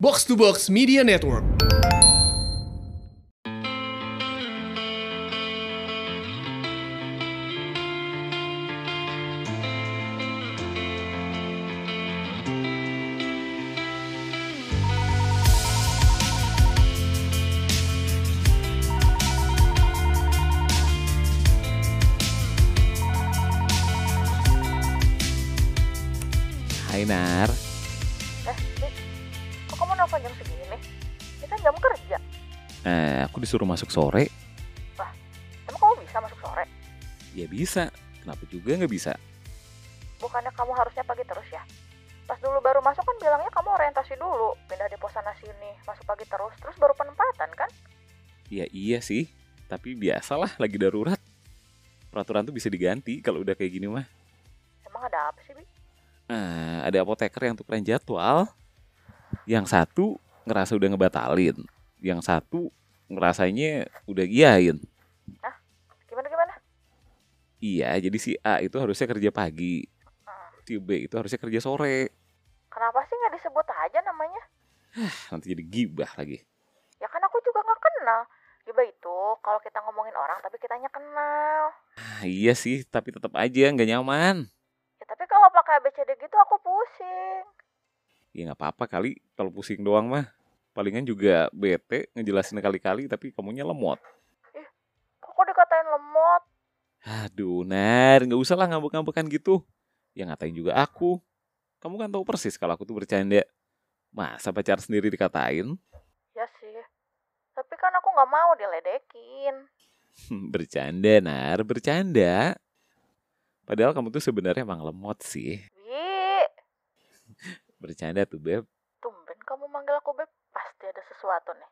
Box to Box Media Network. Hai Nar. Dik, kok kamu nelfon jam segini nih? Ini kan jam kerja. Aku disuruh masuk sore. Emang kamu bisa masuk sore? Ya bisa. Kenapa juga nggak bisa? Bukannya kamu harusnya pagi terus ya? Pas dulu baru masuk kan bilangnya kamu orientasi dulu, pindah di pos sana sini, masuk pagi terus baru penempatan kan? Ya iya sih. Tapi biasalah lagi darurat. Peraturan tuh bisa diganti kalau udah kayak gini mah. Emang ada apa sih, Bi? Ada apoteker yang tukeran jadwal. Yang satu ngerasa udah ngebatalin. Yang satu ngerasanya udah giyain. Gimana? Iya, jadi si A itu harusnya kerja pagi. Si B itu harusnya kerja sore. Kenapa sih nggak disebut aja namanya? Nanti jadi gibah lagi. Ya kan aku juga nggak kenal. Gibah itu kalau kita ngomongin orang tapi kitanya kenal. Iya sih, tapi tetap aja nggak nyaman. Ya tapi kalau pakai ABCD gitu aku pusing. Ya nggak apa-apa kali kalau pusing doang mah. Palingan juga bete ngejelasin kali-kali tapi kamunya lemot. Kok dikatain lemot? Aduh, Nar, nggak usah lah ngambek-ngambekan gitu. Ya ngatain juga aku. Kamu kan tahu persis kalau aku tuh bercanda. Masa pacar sendiri dikatain? Ya sih. Tapi kan aku nggak mau diledekin. Bercanda, Nar, bercanda. Padahal kamu tuh sebenarnya emang lemot sih. Bi, Bercanda tuh, Beb. tumben kamu manggil aku Beb. Pasti ada sesuatu nih.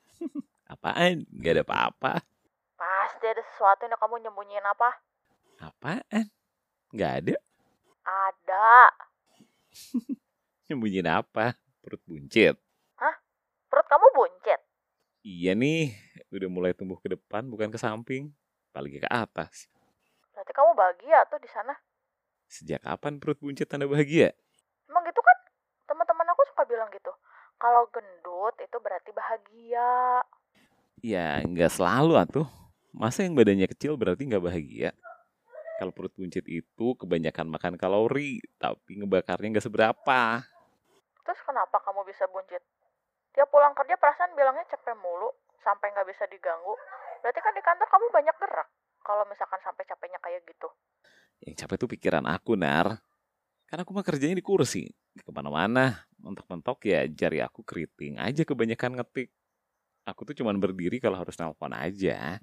Apaan? Nggak ada apa-apa. Pasti ada sesuatu yang kamu nyembunyiin apa? Apaan? Nggak ada. Ada. Nyembunyiin apa? Perut buncit. Perut kamu buncit. Iya nih, udah mulai tumbuh ke depan bukan ke samping. Apalagi ke atas. Berarti kamu bahagia tuh di sana. Sejak kapan perut buncit tanda bahagia? Emang gitu kan? Teman-teman aku suka bilang gitu. Kalau gendut itu berarti bahagia. Ya nggak selalu atuh. Masa yang badannya kecil berarti nggak bahagia? Kalau perut buncit itu kebanyakan makan kalori, tapi ngebakarnya nggak seberapa. Terus kenapa kamu bisa buncit? Tiap pulang kerja perasaan bilangnya capek mulu. Sampai nggak bisa diganggu. Berarti kan di kantor kamu banyak gerak. Kalau misalkan sampai capeknya kayak gitu. Yang capek tuh pikiran aku, Nar. Karena aku mah kerjanya di kursi. Kemana-mana, mentok-mentok ya jari aku keriting aja kebanyakan ngetik. Aku tuh cuman berdiri kalau harus nelpon aja.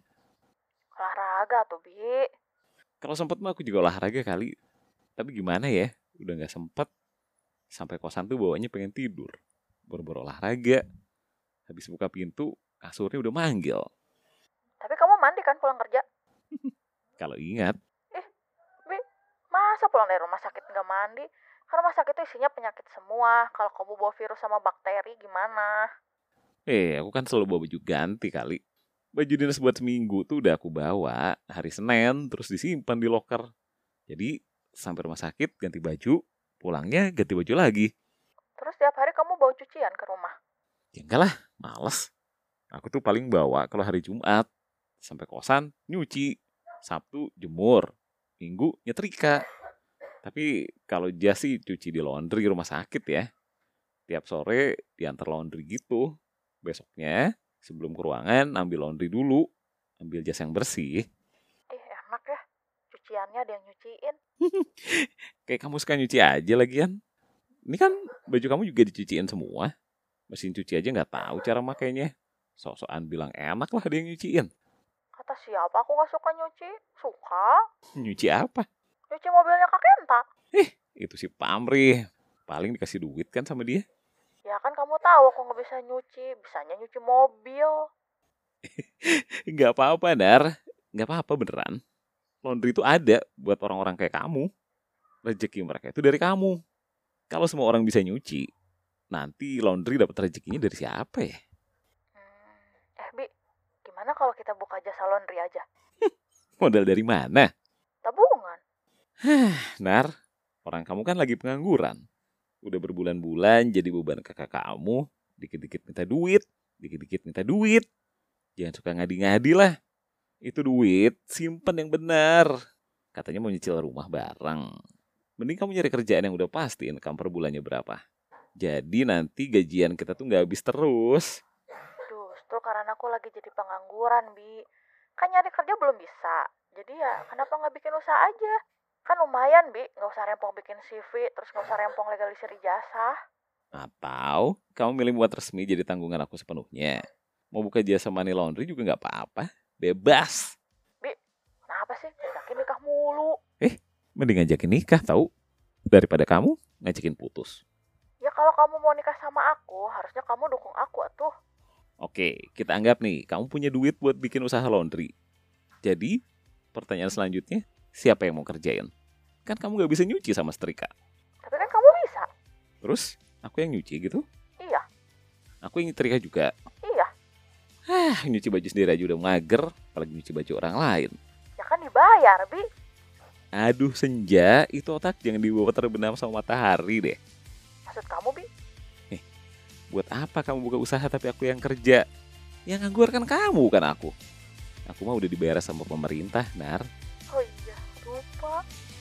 Olahraga tuh, Bi. Kalau sempet mah aku juga olahraga kali. Tapi gimana ya, udah gak sempet. Sampai kosan tuh bawanya pengen tidur. Boro-boro olahraga. Habis buka pintu, kasurnya udah manggil. Tapi kamu mandi kan pulang kerja? Kalau ingat, Bi, masa pulang dari rumah sakit nggak mandi? Kan rumah sakit itu isinya penyakit semua. Kalau kamu bawa virus sama bakteri gimana? aku kan selalu bawa baju ganti kali. Baju dinas buat seminggu tuh udah aku bawa hari Senin, terus disimpan di loker. Jadi sampai rumah sakit ganti baju, pulangnya ganti baju lagi. Terus tiap hari kamu bawa cucian ke rumah? Ya enggak lah, males. Aku tuh paling bawa kalau hari Jumat. Sampai kosan, nyuci. Sabtu, jemur. Minggu, nyetrika. Tapi kalau jas sih cuci di laundry rumah sakit ya. Tiap sore diantar laundry gitu. Besoknya, sebelum ke ruangan, ambil laundry dulu. Ambil jas yang bersih. Enak ya. Cuciannya ada yang nyuciin. Kayak kamu suka nyuci aja lagian. Ini kan baju kamu juga dicuciin semua. Mesin cuci aja nggak tahu cara makainya. Sok-sokan bilang enak lah ada yang nyuciin. Kata siapa aku nggak suka nyuci? Suka. Nyuci apa? Nyuci mobilnya Kak Kenta. Itu si Pamri. Paling dikasih duit kan sama dia. Ya kan kamu tahu aku nggak bisa nyuci. Bisanya nyuci mobil. Nggak apa-apa, Dar. Nggak apa-apa beneran. Laundry itu ada buat orang-orang kayak kamu. Rezeki mereka itu dari kamu. Kalau semua orang bisa nyuci, nanti laundry dapat rezekinya dari siapa ya? Bi, gimana kalau kita buka jasa laundry aja? Modal dari mana? Tabungan. Nar, orang kamu kan lagi pengangguran. Udah berbulan-bulan jadi beban kakak kamu. Dikit-dikit minta duit, dikit-dikit minta duit. Jangan suka ngadi-ngadi lah. Itu duit, simpen yang benar. Katanya mau nyicil rumah bareng. Mending kamu nyari kerjaan yang udah pasti income per bulannya berapa. Jadi nanti gajian kita tuh gak habis terus. Justru karena aku lagi jadi pengangguran, Bi. Kan nyari kerja belum bisa. Jadi ya kenapa nggak bikin usaha aja? Kan lumayan, Bi. Nggak usah rempong bikin CV, terus nggak usah rempong legalisir ijazah. Atau kamu milih buat resmi jadi tanggungan aku sepenuhnya. Mau buka jasa money laundry juga gak apa-apa. Bebas. Bi, kenapa sih? Ngajakin nikah mulu. Mending ngajakin nikah tahu daripada kamu ngajakin putus. Ya kalau kamu mau nikah sama aku, harusnya kamu dukung aku atuh. Oke, kita anggap nih kamu punya duit buat bikin usaha laundry. Jadi, pertanyaan selanjutnya, siapa yang mau kerjain? Kan kamu gak bisa nyuci sama setrika. Tapi kan kamu bisa. Terus, aku yang nyuci gitu? Iya. Aku yang nyetrika juga? Iya. Nyuci baju sendiri aja udah mager, apalagi nyuci baju orang lain. Ya kan dibayar, Bi. Aduh Senja, itu otak jangan dibawa terbenam sama matahari deh. Maksud kamu, Bi? Buat apa kamu buka usaha tapi aku yang kerja? Yang nganggur kan kamu, bukan aku. Aku mah udah dibayar sama pemerintah, Nar. Oh iya, lupa.